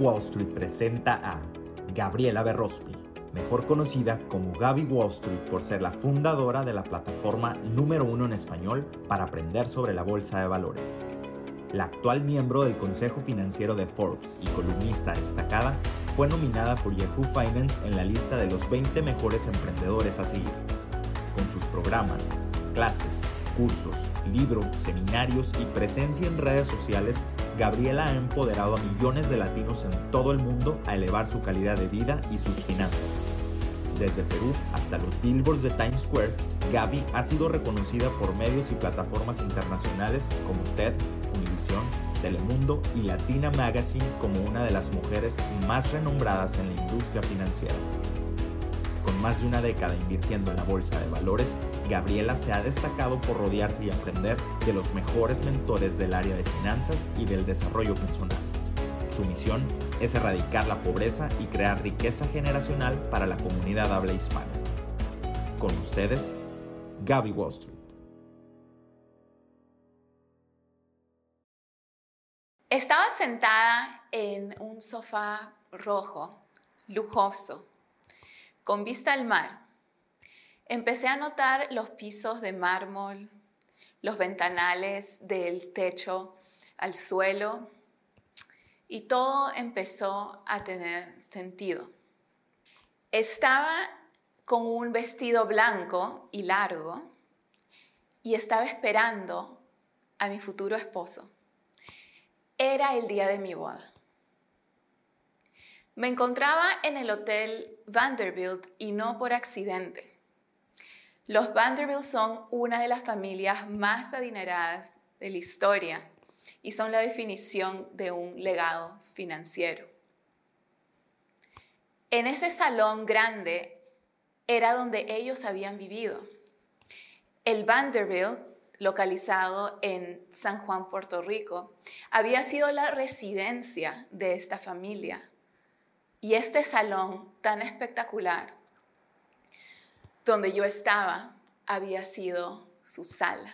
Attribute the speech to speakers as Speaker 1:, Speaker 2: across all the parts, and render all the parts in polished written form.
Speaker 1: Wall Street presenta a Gabriela Berrospi, mejor conocida como Gaby Wall Street por ser la fundadora de la plataforma número 1 en español para aprender sobre la bolsa de valores. La actual miembro del Consejo Financiero de Forbes y columnista destacada, fue nominada por Yahoo Finance en la lista de los 20 mejores emprendedores a seguir. Con sus programas, clases, cursos, libros, seminarios y presencia en redes sociales, Gabriela ha empoderado a millones de latinos en todo el mundo a elevar su calidad de vida y sus finanzas. Desde Perú hasta los billboards de Times Square, Gaby ha sido reconocida por medios y plataformas internacionales como TED, Univision, Telemundo y Latina Magazine como una de las mujeres más renombradas en la industria financiera. Con más de una década invirtiendo en la bolsa de valores, Gabriela se ha destacado por rodearse y aprender de los mejores mentores del área de finanzas y del desarrollo personal. Su misión es erradicar la pobreza y crear riqueza generacional para la comunidad habla hispana. Con ustedes, Gaby Wall Street.
Speaker 2: Estaba sentada en un sofá rojo, lujoso, con vista al mar. Empecé a notar los pisos de mármol, los ventanales del techo al suelo, y todo empezó a tener sentido. Estaba con un vestido blanco y largo y estaba esperando a mi futuro esposo. Era el día de mi boda. Me encontraba en el Hotel Vanderbilt y no por accidente. Los Vanderbilt son una de las familias más adineradas de la historia y son la definición de un legado financiero. En ese salón grande era donde ellos habían vivido. El Vanderbilt, localizado en San Juan, Puerto Rico, había sido la residencia de esta familia. Y este salón tan espectacular, donde yo estaba, había sido su sala.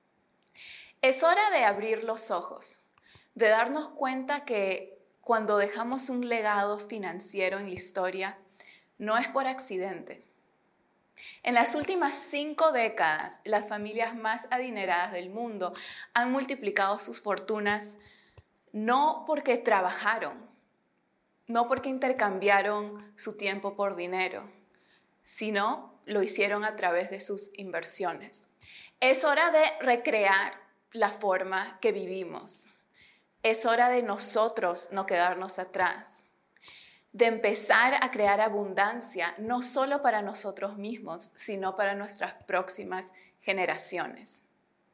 Speaker 2: Es hora de abrir los ojos, de darnos cuenta que cuando dejamos un legado financiero en la historia, no es por accidente. En las últimas 5 décadas, las familias más adineradas del mundo han multiplicado sus fortunas no porque trabajaron, no porque intercambiaron su tiempo por dinero, sino lo hicieron a través de sus inversiones. Es hora de recrear la forma que vivimos. Es hora de nosotros no quedarnos atrás, de empezar a crear abundancia, no solo para nosotros mismos, sino para nuestras próximas generaciones.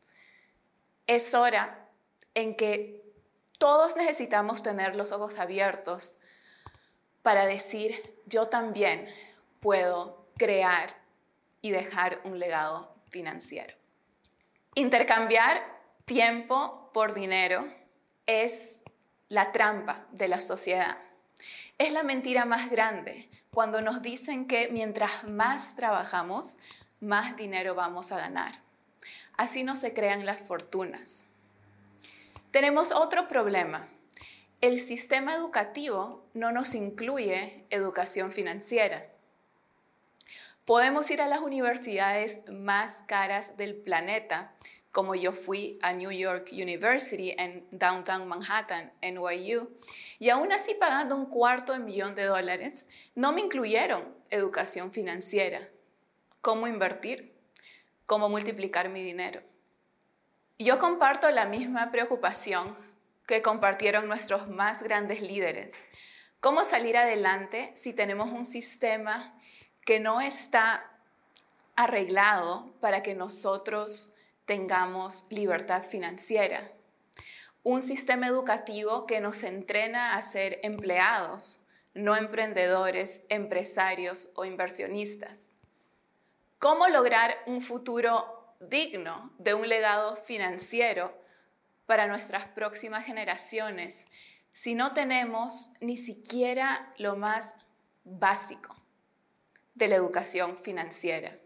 Speaker 2: Es hora en que todos necesitamos tener los ojos abiertos para decir, yo también puedo crear y dejar un legado financiero. Intercambiar tiempo por dinero es la trampa de la sociedad. Es la mentira más grande cuando nos dicen que mientras más trabajamos, más dinero vamos a ganar. Así no se crean las fortunas. Tenemos otro problema. El sistema educativo no nos incluye educación financiera. Podemos ir a las universidades más caras del planeta, como yo fui a New York University en Downtown Manhattan, NYU, y aún así pagando $250,000, no me incluyeron educación financiera. ¿Cómo invertir? ¿Cómo multiplicar mi dinero? Yo comparto la misma preocupación que compartieron nuestros más grandes líderes. ¿Cómo salir adelante si tenemos un sistema que no está arreglado para que nosotros tengamos libertad financiera? Un sistema educativo que nos entrena a ser empleados, no emprendedores, empresarios o inversionistas. ¿Cómo lograr un futuro digno de un legado financiero para nuestras próximas generaciones si no tenemos ni siquiera lo más básico de la educación financiera?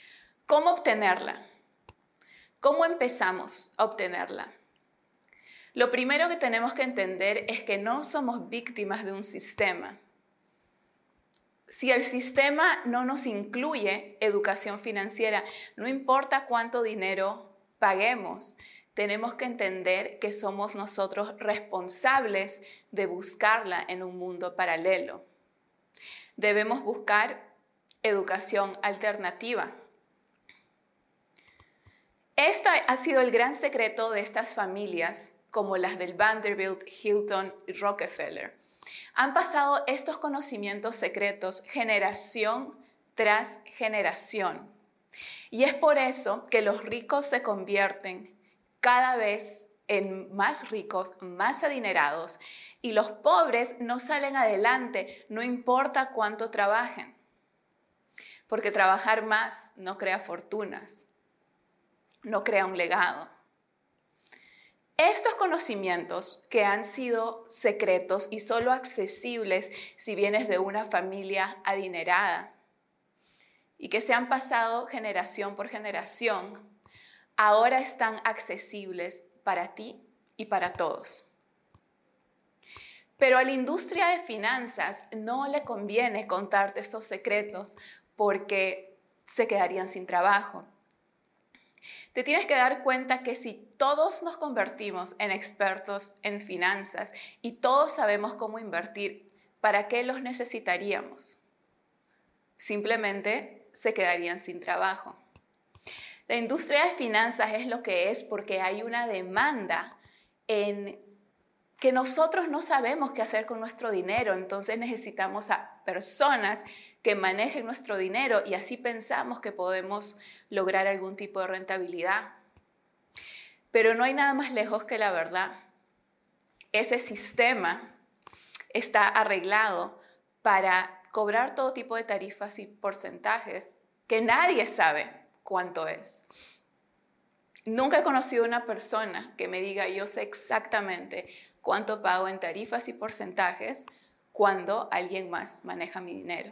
Speaker 2: ¿Cómo obtenerla? ¿Cómo empezamos a obtenerla? Lo primero que tenemos que entender es que no somos víctimas de un sistema. Si el sistema no nos incluye educación financiera, no importa cuánto dinero paguemos, tenemos que entender que somos nosotros responsables de buscarla en un mundo paralelo. Debemos buscar educación alternativa. Este ha sido el gran secreto de estas familias, como las del Vanderbilt, Hilton y Rockefeller. Han pasado estos conocimientos secretos generación tras generación. Y es por eso que los ricos se convierten cada vez en más ricos, más adinerados, y los pobres no salen adelante, no importa cuánto trabajen. Porque trabajar más no crea fortunas, no crea un legado. Estos conocimientos que han sido secretos y solo accesibles si vienes de una familia adinerada y que se han pasado generación por generación, ahora están accesibles para ti y para todos. Pero a la industria de finanzas no le conviene contarte estos secretos porque se quedarían sin trabajo. Te tienes que dar cuenta que si todos nos convertimos en expertos en finanzas y todos sabemos cómo invertir, ¿para qué los necesitaríamos? Simplemente se quedarían sin trabajo. La industria de finanzas es lo que es porque hay una demanda en que nosotros no sabemos qué hacer con nuestro dinero, entonces necesitamos a personas que manejen nuestro dinero y así pensamos que podemos lograr algún tipo de rentabilidad. Pero no hay nada más lejos que la verdad. Ese sistema está arreglado para cobrar todo tipo de tarifas y porcentajes que nadie sabe cuánto es. Nunca he conocido una persona que me diga yo sé exactamente cuánto pago en tarifas y porcentajes cuando alguien más maneja mi dinero.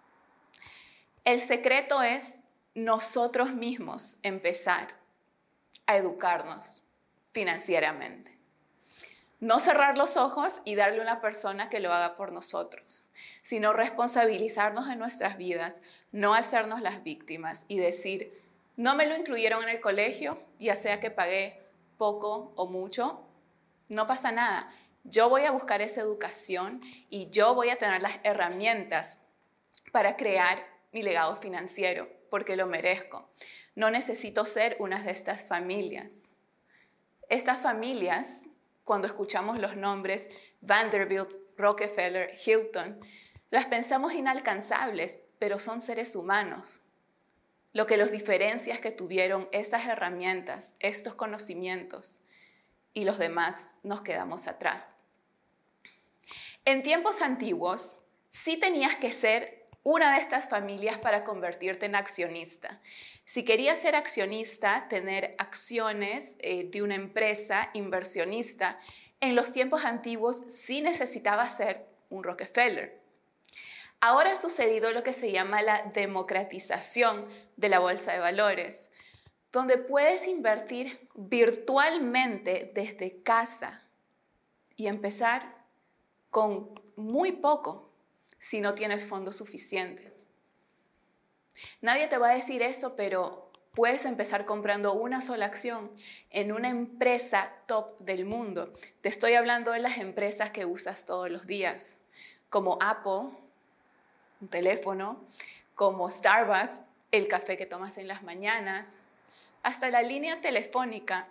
Speaker 2: El secreto es nosotros mismos empezar a educarnos financieramente. No cerrar los ojos y darle a una persona que lo haga por nosotros, sino responsabilizarnos en nuestras vidas, no hacernos las víctimas y decir, no me lo incluyeron en el colegio, ya sea que pagué poco o mucho, no pasa nada. Yo voy a buscar esa educación y yo voy a tener las herramientas para crear mi legado financiero, porque lo merezco. No necesito ser una de estas familias. Estas familias, cuando escuchamos los nombres Vanderbilt, Rockefeller, Hilton, las pensamos inalcanzables, pero son seres humanos. Lo que los diferencia es que tuvieron estas herramientas, estos conocimientos, y los demás nos quedamos atrás. En tiempos antiguos, sí tenías que ser una de estas familias para convertirte en accionista. Si querías ser accionista, tener acciones de una empresa inversionista, en los tiempos antiguos sí necesitabas ser un Rockefeller. Ahora ha sucedido lo que se llama la democratización de la bolsa de valores, donde puedes invertir virtualmente desde casa y empezar con muy poco si no tienes fondos suficientes. Nadie te va a decir eso, pero puedes empezar comprando una sola acción en una empresa top del mundo. Te estoy hablando de las empresas que usas todos los días, como Apple, un teléfono, como Starbucks, el café que tomas en las mañanas, hasta la línea telefónica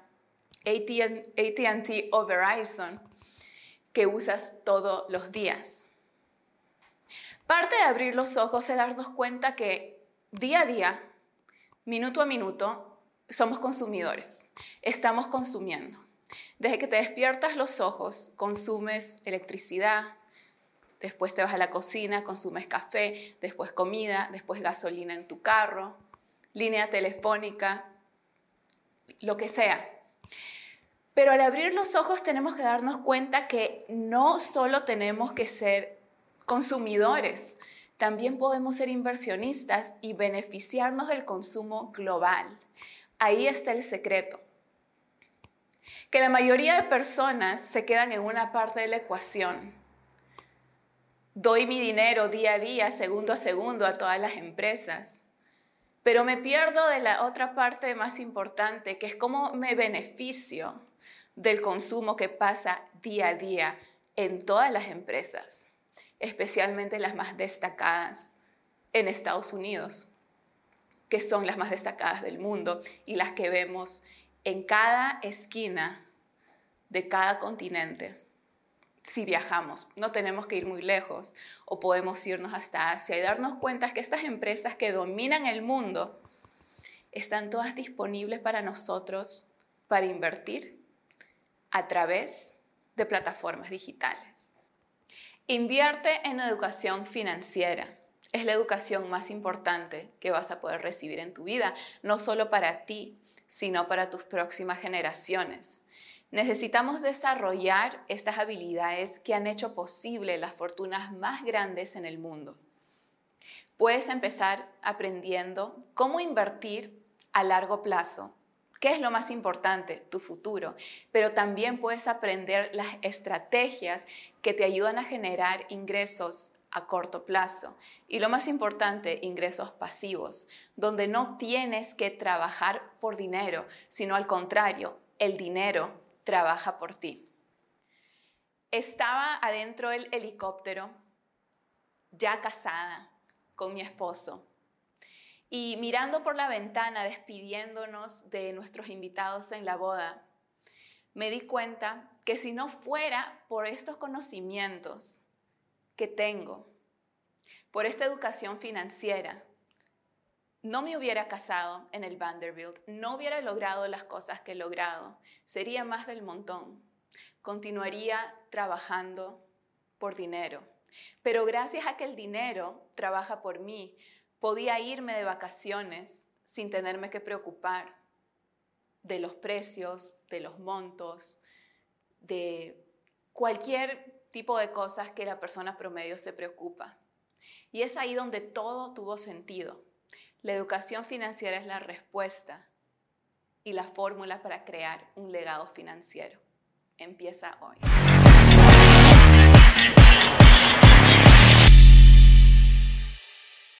Speaker 2: AT&T o Verizon que usas todos los días. Parte de abrir los ojos es darnos cuenta que día a día, minuto a minuto, somos consumidores. Estamos consumiendo. Desde que te despiertas los ojos, consumes electricidad, después te vas a la cocina, consumes café, después comida, después gasolina en tu carro, línea telefónica, lo que sea. Pero al abrir los ojos tenemos que darnos cuenta que no solo tenemos que ser consumidores, también podemos ser inversionistas y beneficiarnos del consumo global. Ahí está el secreto. que la mayoría de personas se quedan en una parte de la ecuación. Doy mi dinero día a día, segundo a segundo a todas las empresas, pero me pierdo de la otra parte más importante, que es cómo me beneficio del consumo que pasa día a día en todas las empresas, especialmente las más destacadas en Estados Unidos, que son las más destacadas del mundo y las que vemos en cada esquina de cada continente. Si viajamos, no tenemos que ir muy lejos o podemos irnos hasta Asia y darnos cuenta que estas empresas que dominan el mundo están todas disponibles para nosotros para invertir a través de plataformas digitales. Invierte en educación financiera. Es la educación más importante que vas a poder recibir en tu vida, no solo para ti, sino para tus próximas generaciones. Necesitamos desarrollar estas habilidades que han hecho posible las fortunas más grandes en el mundo. Puedes empezar aprendiendo cómo invertir a largo plazo. ¿Qué es lo más importante? Tu futuro. Pero también puedes aprender las estrategias que te ayudan a generar ingresos a corto plazo. Y lo más importante, ingresos pasivos, donde no tienes que trabajar por dinero, sino al contrario, el dinero trabaja por ti. Estaba adentro del helicóptero, ya casada con mi esposo, y mirando por la ventana, despidiéndonos de nuestros invitados en la boda, me di cuenta que si no fuera por estos conocimientos que tengo, por esta educación financiera, no me hubiera casado en el Vanderbilt, no hubiera logrado las cosas que he logrado, sería más del montón, continuaría trabajando por dinero. Pero gracias a que el dinero trabaja por mí, podía irme de vacaciones sin tenerme que preocupar de los precios, de los montos, de cualquier tipo de cosas que la persona promedio se preocupa. Y es ahí donde todo tuvo sentido. La educación financiera es la respuesta y la fórmula para crear un legado financiero. Empieza hoy.